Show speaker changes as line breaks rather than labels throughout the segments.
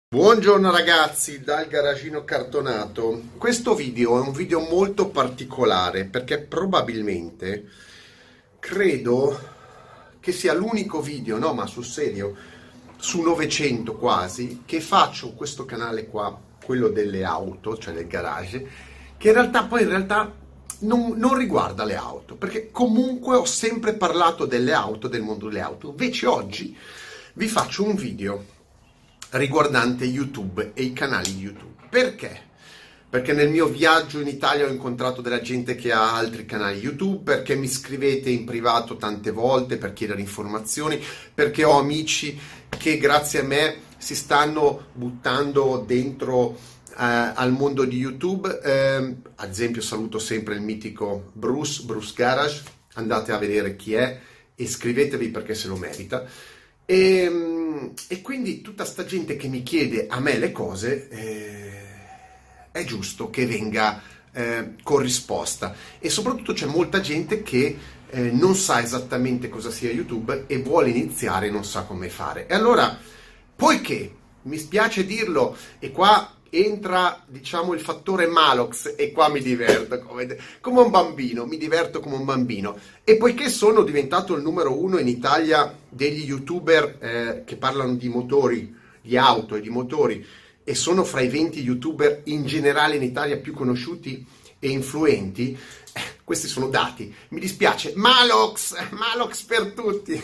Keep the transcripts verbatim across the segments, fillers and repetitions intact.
Buongiorno ragazzi dal garagino cartonato. Questo video è un video molto particolare perché probabilmente credo che sia l'unico video, no ma sul serio, su novecento quasi, che faccio questo canale qua, quello delle auto, cioè del garage, che in realtà poi in realtà non, non riguarda le auto, perché comunque ho sempre parlato delle auto, del mondo delle auto. Invece oggi vi faccio un video riguardante YouTube e i canali di YouTube. Perché? Perché nel mio viaggio in Italia ho incontrato della gente che ha altri canali YouTube, perché mi scrivete in privato tante volte per chiedere informazioni, perché ho amici che grazie a me si stanno buttando dentro eh, al mondo di YouTube. Eh, ad esempio saluto sempre il mitico Bruce, Bruce Garage, andate a vedere chi è e iscrivetevi perché se lo merita. E, e quindi tutta sta gente che mi chiede a me le cose, eh, è giusto che venga eh, corrisposta. E soprattutto c'è molta gente che eh, non sa esattamente cosa sia YouTube e vuole iniziare e non sa come fare. E allora, poiché mi spiace dirlo, e qua entra, diciamo, il fattore Malox, e qua mi diverto come, come un bambino, mi diverto come un bambino. E poiché sono diventato il numero uno in Italia degli youtuber eh, che parlano di motori, di auto e di motori, e sono fra i venti youtuber in generale in Italia più conosciuti e influenti, eh, questi sono dati. Mi dispiace, Malox, Malox per tutti.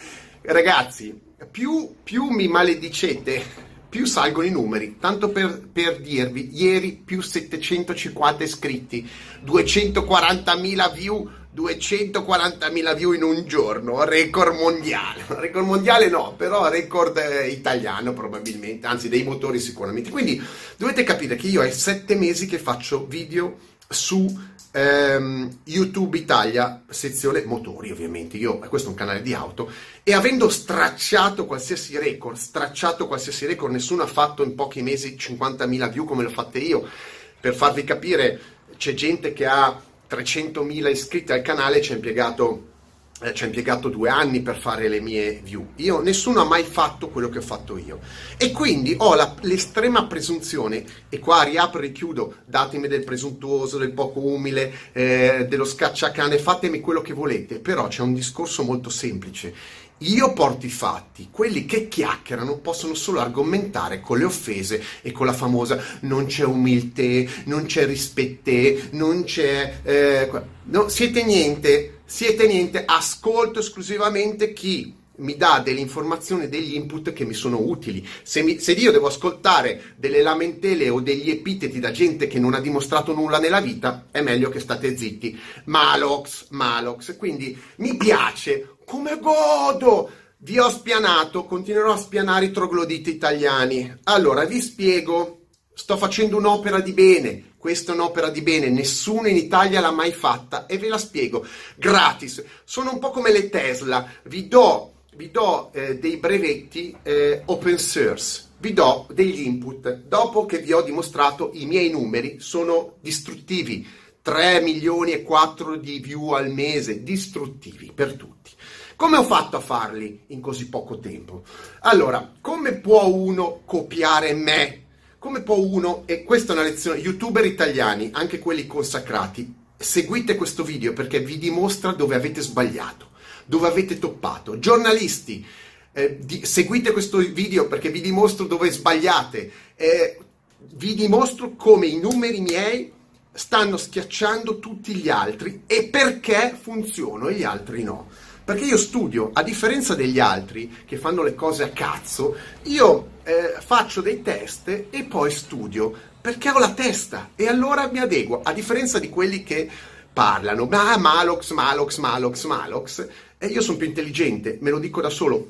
Ragazzi, più, più mi maledicete, più salgono i numeri. Tanto per, per dirvi, ieri più settecentocinquanta iscritti, duecentoquarantamila view, duecentoquarantamila view in un giorno, record mondiale. Record mondiale no, però record eh, italiano probabilmente, anzi dei motori sicuramente. Quindi dovete capire che io è sette mesi che faccio video su ehm, YouTube Italia, sezione motori ovviamente. Io, questo è un canale di auto, e avendo stracciato qualsiasi record, stracciato qualsiasi record, nessuno ha fatto in pochi mesi cinquantamila view come l'ho fatte io. Per farvi capire, c'è gente che ha trecentomila iscritti al canale, ci ha impiegato, eh, ci ha impiegato due anni per fare le mie view. Io, nessuno ha mai fatto quello che ho fatto io. E quindi ho la, l'estrema presunzione, e qua riapro e richiudo, datemi del presuntuoso, del poco umile, eh, dello scacciacane, fatemi quello che volete, però c'è un discorso molto semplice. Io porto i fatti, quelli che chiacchierano possono solo argomentare con le offese e con la famosa non c'è umiltà, non c'è rispetté, non c'è... Eh, no, siete niente, siete niente, ascolto esclusivamente chi mi dà delle informazioni, degli input che mi sono utili. Se, mi, se io devo ascoltare delle lamentele o degli epiteti da gente che non ha dimostrato nulla nella vita, è meglio che state zitti. Malox, Malox. Quindi mi piace, come godo! Vi ho spianato, continuerò a spianare i trogloditi italiani. Allora, vi spiego, sto facendo un'opera di bene. Questa è un'opera di bene, nessuno in Italia l'ha mai fatta e ve la spiego, gratis. Sono un po' come le Tesla, vi do... vi do eh, dei brevetti eh, open source, vi do degli input, dopo che vi ho dimostrato i miei numeri sono distruttivi, tre milioni e quattro di view al mese, distruttivi per tutti. Come ho fatto a farli in così poco tempo? Allora, come può uno copiare me? Come può uno, e questa è una lezione, youtuber italiani, anche quelli consacrati, seguite questo video perché vi dimostra dove avete sbagliato, dove avete toppato. Giornalisti, eh, di, seguite questo video perché vi dimostro dove sbagliate, eh, vi dimostro come i numeri miei stanno schiacciando tutti gli altri e perché funziono e gli altri no. Perché io studio, a differenza degli altri che fanno le cose a cazzo, io eh, faccio dei test e poi studio perché ho la testa e allora mi adeguo, a differenza di quelli che parlano, ah, Malox, Malox, Malox, Malox, e io sono più intelligente, me lo dico da solo.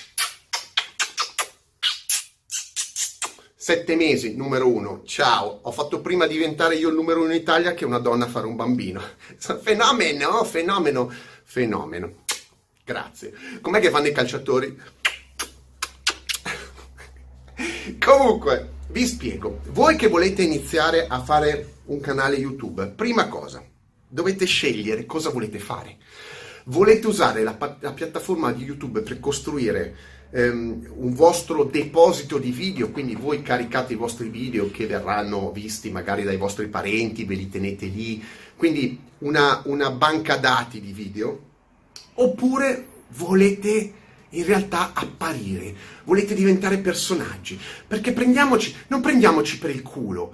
Sette mesi, numero uno, ciao, ho fatto prima diventare io il numero uno in Italia che una donna fare un bambino. Fenomeno, fenomeno, fenomeno. Grazie. Com'è che fanno i calciatori? Comunque, vi spiego. Voi che volete iniziare a fare un canale YouTube, prima cosa, dovete scegliere cosa volete fare. Volete usare la, la piattaforma di YouTube per costruire ehm, un vostro deposito di video, quindi voi caricate i vostri video che verranno visti magari dai vostri parenti, ve li tenete lì, quindi una, una banca dati di video, oppure volete in realtà apparire, volete diventare personaggi, perché prendiamoci, non prendiamoci per il culo.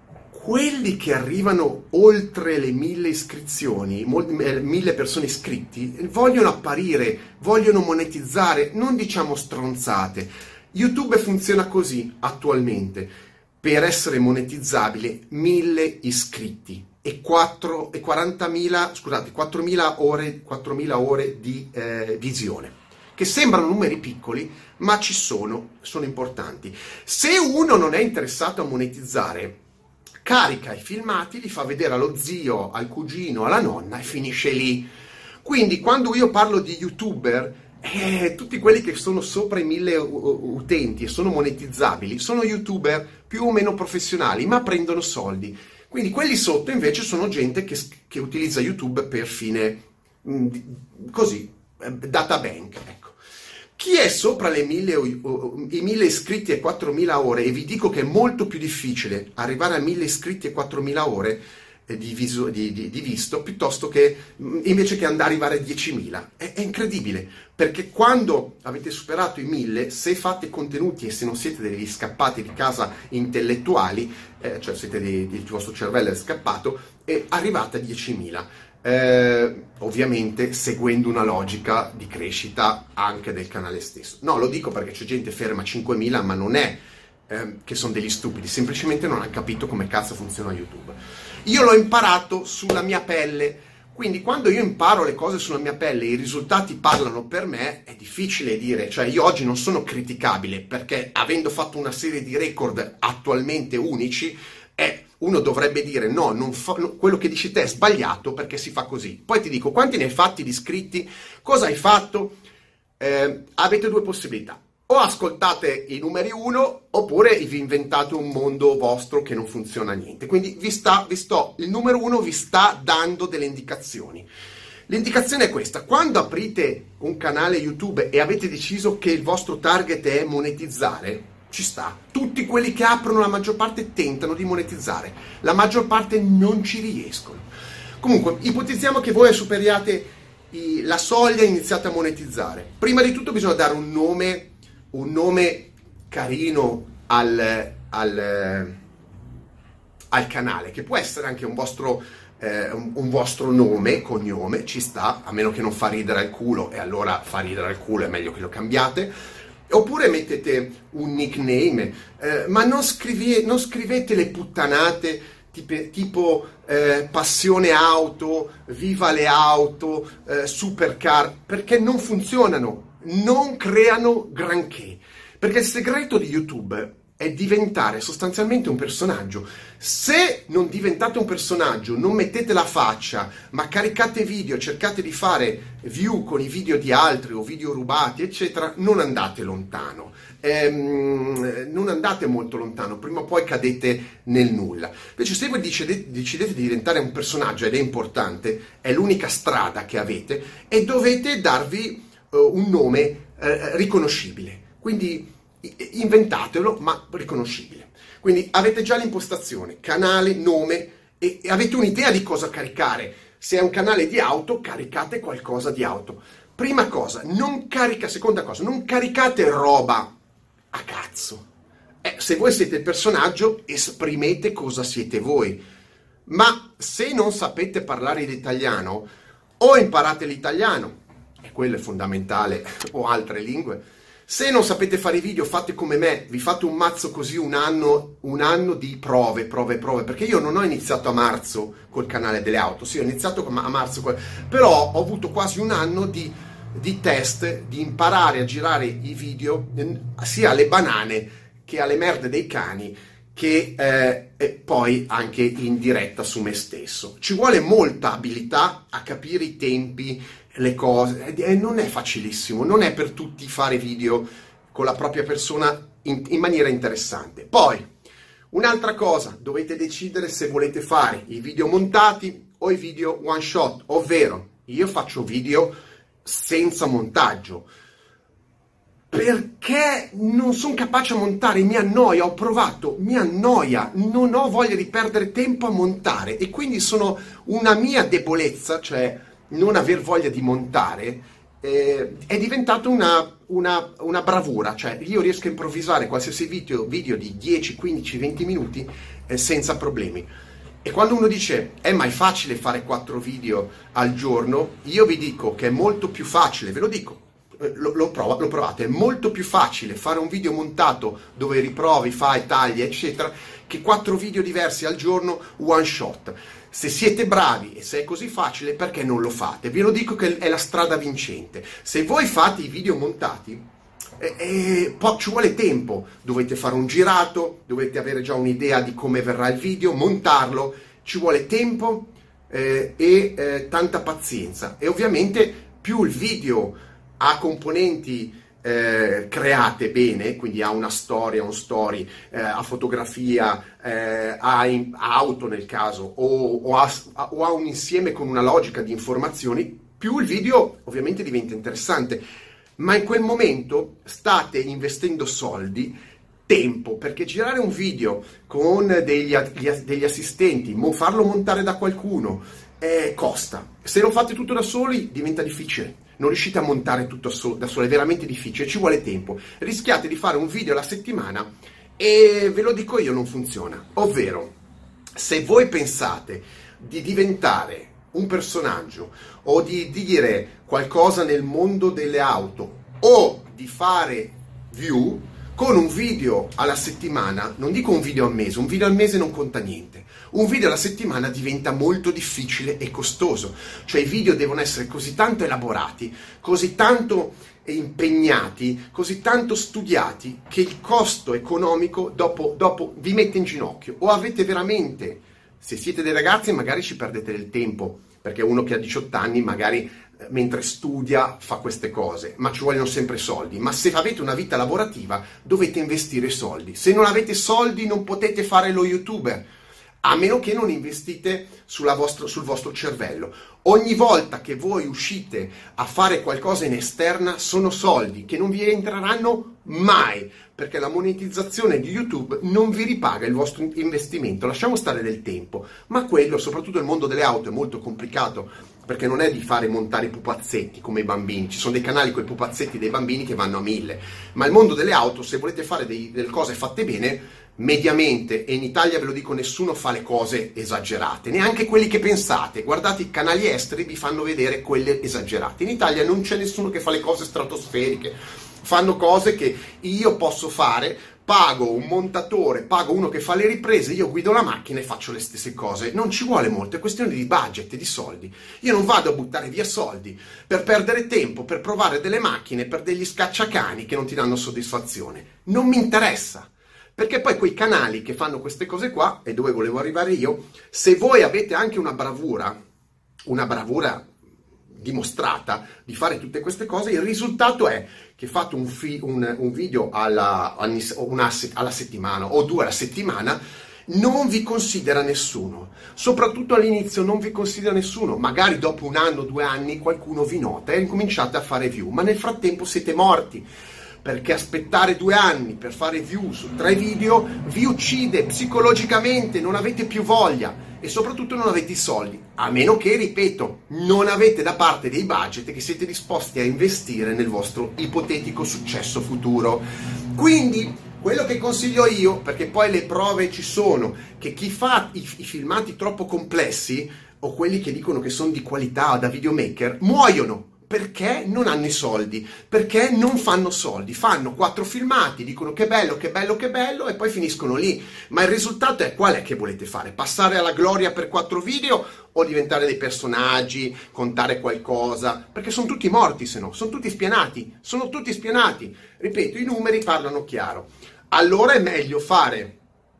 Quelli che arrivano oltre le mille iscrizioni, mille persone iscritti, vogliono apparire, vogliono monetizzare, non diciamo stronzate. YouTube funziona così attualmente. Per essere monetizzabile, mille iscritti e, quattro, e quarantamila, scusate, quattromila ore, quattromila ore di eh, visione, che sembrano numeri piccoli, ma ci sono, sono importanti. Se uno non è interessato a monetizzare, carica i filmati, li fa vedere allo zio, al cugino, alla nonna e finisce lì. Quindi quando io parlo di youtuber, eh, tutti quelli che sono sopra i mille utenti e sono monetizzabili sono youtuber più o meno professionali, ma prendono soldi. Quindi quelli sotto invece sono gente che, che utilizza YouTube per fine mh, così, data bank, ecco. Chi è sopra le mille, i mille iscritti e quattromila ore, e vi dico che è molto più difficile arrivare a mille iscritti e quattromila ore di, viso, di, di, di visto, piuttosto che invece che andare a arrivare a diecimila. È, è incredibile, perché quando avete superato i mille, se fate contenuti e se non siete degli scappati di casa intellettuali, eh, cioè siete di, di, il vostro cervello è scappato, e arrivate a diecimila. Eh, ovviamente seguendo una logica di crescita anche del canale stesso. No, lo dico perché c'è gente ferma a cinquemila, ma non è eh, che sono degli stupidi, semplicemente non hanno capito come cazzo funziona YouTube. Io l'ho imparato sulla mia pelle, quindi quando io imparo le cose sulla mia pelle e i risultati parlano per me, è difficile dire, cioè io oggi non sono criticabile perché avendo fatto una serie di record attualmente unici, è uno dovrebbe dire no, non fa, no, quello che dici te è sbagliato perché si fa così. Poi ti dico, quanti ne hai fatti di iscritti? Cosa hai fatto? Eh, avete due possibilità. O ascoltate i numeri uno, oppure vi inventate un mondo vostro che non funziona niente. Quindi vi, sta, vi sto, il numero uno vi sta dando delle indicazioni. L'indicazione è questa: quando aprite un canale YouTube e avete deciso che il vostro target è monetizzare, ci sta. Tutti quelli che aprono, la maggior parte tentano di monetizzare, la maggior parte non ci riescono. Comunque, ipotizziamo che voi superiate i, la soglia e iniziate a monetizzare. Prima di tutto bisogna dare un nome, un nome carino al, al, al canale, che può essere anche un vostro, eh, un, un vostro nome, cognome, ci sta, a meno che non fa ridere al culo, e allora fa ridere al culo, è meglio che lo cambiate. Oppure mettete un nickname, eh, ma non, scrivi, non scrivete le puttanate tipo, tipo eh, passione auto, viva le auto, eh, supercar, perché non funzionano, non creano granché. Perché il segreto di YouTube è diventare sostanzialmente un personaggio. Se non diventate un personaggio, non mettete la faccia, ma caricate video, cercate di fare view con i video di altri o video rubati, eccetera, non andate lontano. Ehm, non andate molto lontano, prima o poi cadete nel nulla. Invece se voi decidete, decidete di diventare un personaggio, ed è importante, è l'unica strada che avete, e dovete darvi uh, un nome uh, riconoscibile. Quindi inventatelo, ma riconoscibile. Quindi avete già l'impostazione, canale, nome, e, e avete un'idea di cosa caricare. Se è un canale di auto, caricate qualcosa di auto. Prima cosa, non carica, seconda cosa, non caricate roba a cazzo. Eh, se voi siete il personaggio, esprimete cosa siete voi. Ma se non sapete parlare l'italiano, o imparate l'italiano, e quello è fondamentale, o altre lingue. Se non sapete fare i video, fate come me, vi fate un mazzo così un anno, un anno di prove, prove, prove, perché io non ho iniziato a marzo col canale delle auto, sì, ho iniziato a marzo, però ho avuto quasi un anno di, di test, di imparare a girare i video, sia alle banane che alle merde dei cani, che eh, e poi anche in diretta su me stesso. Ci vuole molta abilità a capire i tempi, le cose, e non è facilissimo, non è per tutti fare video con la propria persona in, in maniera interessante. Poi, un'altra cosa, dovete decidere se volete fare i video montati o i video one shot, ovvero io faccio video senza montaggio. perché non sono capace a montare, mi annoia, ho provato, mi annoia, non ho voglia di perdere tempo a montare e quindi sono una mia debolezza, cioè non aver voglia di montare, eh, è diventato una, una, una bravura, cioè io riesco a improvvisare qualsiasi video, video di dieci, quindici, venti minuti eh, senza problemi. E quando uno dice, eh ma è facile fare quattro video al giorno, io vi dico che è molto più facile, ve lo dico, Lo, lo, prova, lo provate, è molto più facile fare un video montato dove riprovi, fai, tagli, eccetera, che quattro video diversi al giorno one shot. Se siete bravi e se è così facile, perché non lo fate? Vi lo dico che è la strada vincente. Se voi fate i video montati, eh, eh, poi ci vuole tempo, dovete fare un girato, dovete avere già un'idea di come verrà il video, montarlo, ci vuole tempo eh, e eh, tanta pazienza. E ovviamente più il video ha componenti eh, create bene, quindi ha una storia, un story, eh, ha fotografia, eh, ha, in, ha auto nel caso, o, o, ha, o ha un insieme con una logica di informazioni, più il video ovviamente diventa interessante. Ma in quel momento state investendo soldi, tempo, perché girare un video con degli, degli assistenti, mo, farlo montare da qualcuno, eh, costa. Se lo fate tutto da soli diventa difficile. Non riuscite a montare tutto da solo, è veramente difficile, ci vuole tempo. Rischiate di fare un video alla settimana e ve lo dico io, non funziona. Ovvero, se voi pensate di diventare un personaggio o di dire qualcosa nel mondo delle auto o di fare view con un video alla settimana, non dico un video al mese, un video al mese non conta niente, un video alla settimana diventa molto difficile e costoso, cioè i video devono essere così tanto elaborati, così tanto impegnati, così tanto studiati, che il costo economico dopo, dopo vi mette in ginocchio. O avete veramente, se siete dei ragazzi magari ci perdete del tempo, perché uno che ha diciotto anni magari mentre studia fa queste cose, ma ci vogliono sempre soldi. Ma se avete una vita lavorativa dovete investire soldi. Se non avete soldi non potete fare lo youtuber, a meno che non investite sulla vostra, sul vostro cervello. Ogni volta che voi uscite a fare qualcosa in esterna sono soldi che non vi entreranno mai, perché la monetizzazione di YouTube non vi ripaga il vostro investimento. Lasciamo stare del tempo, ma quello, soprattutto il mondo delle auto, è molto complicato, perché non è di fare montare i pupazzetti come i bambini. Ci sono dei canali con i pupazzetti dei bambini che vanno a mille, ma il mondo delle auto, se volete fare dei, delle cose fatte bene, mediamente, e in Italia ve lo dico, nessuno fa le cose esagerate, neanche quelli che pensate. Guardate, i canali esteri vi fanno vedere quelle esagerate. In Italia non c'è nessuno che fa le cose stratosferiche, fanno cose che io posso fare, pago un montatore, pago uno che fa le riprese, io guido la macchina e faccio le stesse cose. Non ci vuole molto, è questione di budget, di soldi. Io non vado a buttare via soldi per perdere tempo, per provare delle macchine, per degli scacciacani che non ti danno soddisfazione. Non mi interessa. Perché poi quei canali che fanno queste cose qua, e dove volevo arrivare io, se voi avete anche una bravura, una bravura dimostrata di fare tutte queste cose, il risultato è che fate un, fi, un, un video alla, una, alla settimana o due alla settimana, non vi considera nessuno, soprattutto all'inizio non vi considera nessuno. Magari dopo un anno, due anni qualcuno vi nota e incominciate a fare view, ma nel frattempo siete morti, perché aspettare due anni per fare view su tre video vi uccide psicologicamente, non avete più voglia e soprattutto non avete i soldi, a meno che, ripeto, non avete da parte dei budget che siete disposti a investire nel vostro ipotetico successo futuro. Quindi quello che consiglio io, perché poi le prove ci sono, che chi fa i, i filmati troppo complessi o quelli che dicono che sono di qualità da videomaker muoiono, perché non hanno i soldi, perché non fanno soldi, fanno quattro filmati, dicono che bello, che bello, che bello e poi finiscono lì. Ma il risultato è qual è che volete fare? Passare alla gloria per quattro video o diventare dei personaggi, contare qualcosa? Perché sono tutti morti, se no, sono tutti spianati, sono tutti spianati. Ripeto, i numeri parlano chiaro. Allora è meglio fare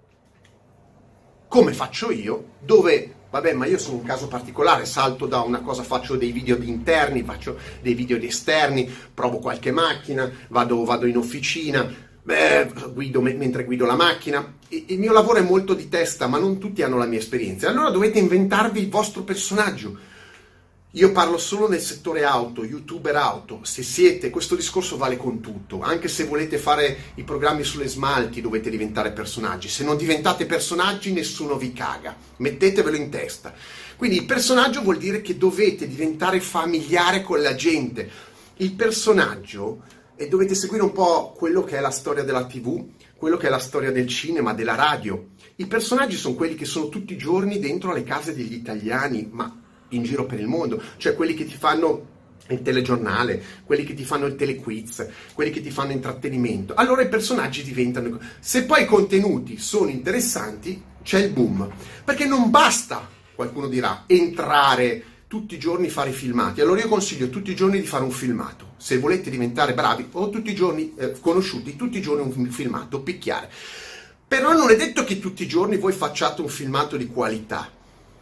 come faccio io, dove... Vabbè, ma io sono un caso particolare, salto da una cosa, faccio dei video di interni, faccio dei video di esterni, provo qualche macchina, vado, vado in officina, beh, guido mentre guido la macchina. Il mio lavoro è molto di testa, ma non tutti hanno la mia esperienza. Allora dovete inventarvi il vostro personaggio. Io parlo solo nel settore auto, youtuber auto. Se siete, questo discorso vale con tutto. Anche se volete fare i programmi sulle smalti dovete diventare personaggi. Se non diventate personaggi nessuno vi caga. Mettetevelo in testa. Quindi il personaggio vuol dire che dovete diventare familiare con la gente. Il personaggio, e dovete seguire un po' quello che è la storia della tivù, quello che è la storia del cinema, della radio. I personaggi sono quelli che sono tutti i giorni dentro le case degli italiani, ma in giro per il mondo, cioè quelli che ti fanno il telegiornale, quelli che ti fanno il telequiz, quelli che ti fanno intrattenimento. Allora i personaggi diventano... Se poi i contenuti sono interessanti, c'è il boom. Perché non basta, qualcuno dirà, entrare tutti i giorni, fare i filmati. Allora io consiglio tutti i giorni di fare un filmato. Se volete diventare bravi, o tutti i giorni eh, conosciuti, tutti i giorni un filmato, picchiare. Però non è detto che tutti i giorni voi facciate un filmato di qualità.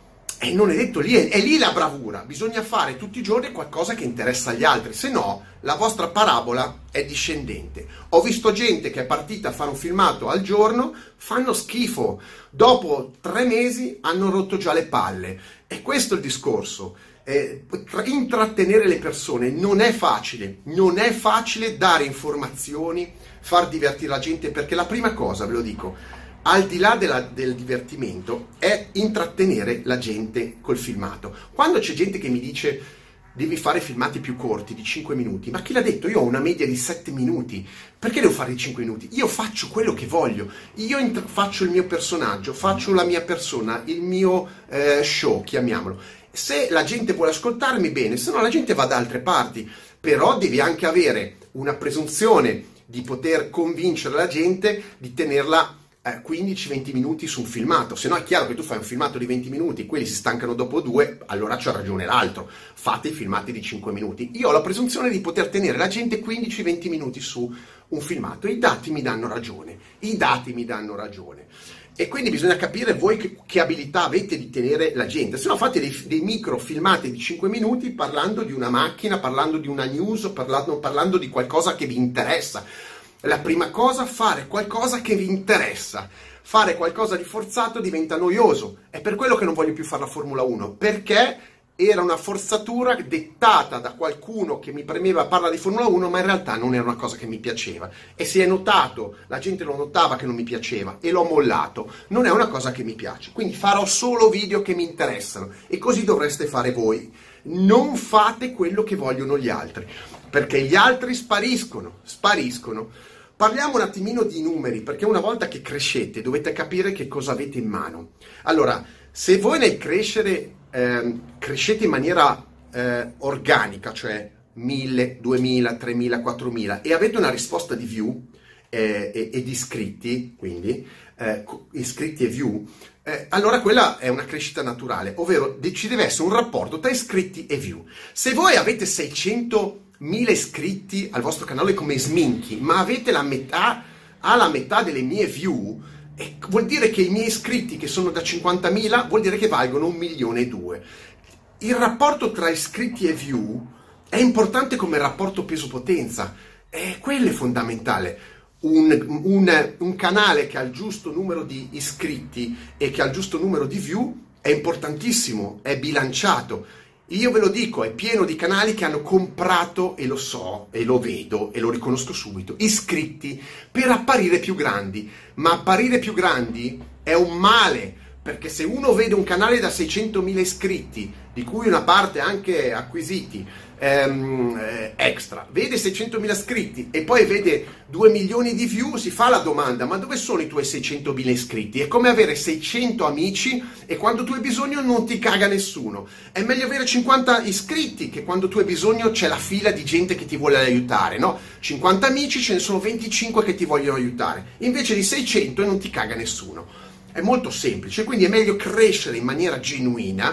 E non è detto, lì è, è lì la bravura, bisogna fare tutti i giorni qualcosa che interessa agli altri, se no la vostra parabola è discendente. Ho visto gente che è partita a fare un filmato al giorno, fanno schifo, dopo tre mesi hanno rotto già le palle. E questo è il discorso, eh, intrattenere le persone non è facile, non è facile dare informazioni, far divertire la gente, perché la prima cosa, ve lo dico, al di là della, del divertimento, è intrattenere la gente col filmato. Quando c'è gente che mi dice devi fare filmati più corti, di cinque minuti, ma chi l'ha detto? Io ho una media di sette minuti, perché devo fare di cinque minuti? Io faccio quello che voglio, io int- faccio il mio personaggio, faccio la mia persona, il mio eh, show, chiamiamolo. Se la gente vuole ascoltarmi, bene, se no la gente va da altre parti, però devi anche avere una presunzione di poter convincere la gente di tenerla quindici venti minuti su un filmato. Se no è chiaro che tu fai un filmato di venti minuti, quelli si stancano dopo due, allora c'ha ragione l'altro, fate i filmati di cinque minuti. Io ho la presunzione di poter tenere la gente quindici venti minuti su un filmato, i dati mi danno ragione, i dati mi danno ragione. E quindi bisogna capire voi che, che abilità avete di tenere la gente, se no fate dei, dei micro filmati di cinque minuti parlando di una macchina, parlando di una news, parlando, parlando di qualcosa che vi interessa. La prima cosa, fare qualcosa che vi interessa. Fare qualcosa di forzato diventa noioso. È per quello che non voglio più fare la Formula uno, perché era una forzatura dettata da qualcuno che mi premeva parla di Formula uno, ma in realtà non era una cosa che mi piaceva. E si è notato, la gente lo notava che non mi piaceva e l'ho mollato. Non è una cosa che mi piace. Quindi farò solo video che mi interessano. E così dovreste fare voi. Non fate quello che vogliono gli altri, perché gli altri spariscono, spariscono. Parliamo un attimino di numeri, perché una volta che crescete dovete capire che cosa avete in mano. Allora, se voi nel crescere eh, crescete in maniera eh, organica, cioè mille, duemila, tremila, quattromila, e avete una risposta di view eh, e, e di iscritti, quindi eh, iscritti e view, eh, allora quella è una crescita naturale, ovvero ci deve essere un rapporto tra iscritti e view. Se voi avete seicento mille iscritti al vostro canale come sminchi, ma avete la metà, alla metà delle mie view, e vuol dire che i miei iscritti, che sono da cinquantamila, vuol dire che valgono un milione e due. Il rapporto tra iscritti e view è importante come rapporto peso-potenza, e quello è fondamentale. Un, un, un canale che ha il giusto numero di iscritti e che ha il giusto numero di view è importantissimo, è bilanciato. Io ve lo dico, è pieno di canali che hanno comprato, e lo so, e lo vedo, e lo riconosco subito, iscritti per apparire più grandi. Ma apparire più grandi è un male, perché se uno vede un canale da seicentomila iscritti, di cui una parte anche acquisiti, ehm, eh, extra, vede seicentomila iscritti e poi vede due milioni di view, si fa la domanda: ma dove sono i tuoi seicentomila iscritti? È come avere seicento amici e quando tu hai bisogno non ti caga nessuno. È meglio avere cinquanta iscritti, che quando tu hai bisogno c'è la fila di gente che ti vuole aiutare, no? cinquanta amici, ce ne sono venticinque che ti vogliono aiutare, invece di seicento e non ti caga nessuno. È molto semplice, quindi è meglio crescere in maniera genuina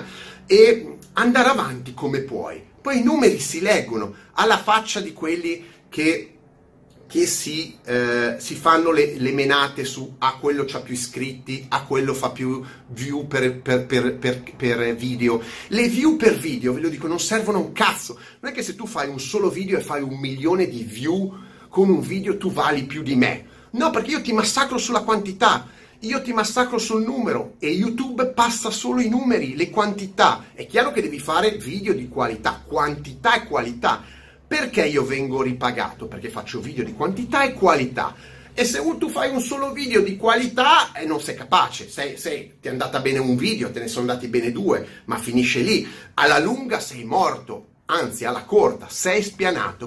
e andare avanti come puoi. Poi i numeri si leggono, alla faccia di quelli che, che si, eh, si fanno le, le menate su a ah, quello c'ha più iscritti, a ah, quello fa più view per, per, per, per, per video. Le view per video, ve lo dico, non servono a un cazzo. Non è che se tu fai un solo video e fai un milione di view con un video tu vali più di me. No, perché io ti massacro sulla quantità. io ti massacro sul numero e YouTube passa solo i numeri, le quantità. È chiaro che devi fare video di qualità, quantità e qualità. Perché io vengo ripagato? Perché faccio video di quantità e qualità. E se tu fai un solo video di qualità e eh, non sei capace, sei, sei, ti è andata bene un video, te ne sono andati bene due, ma finisce lì. Alla lunga sei morto, anzi alla corta sei spianato.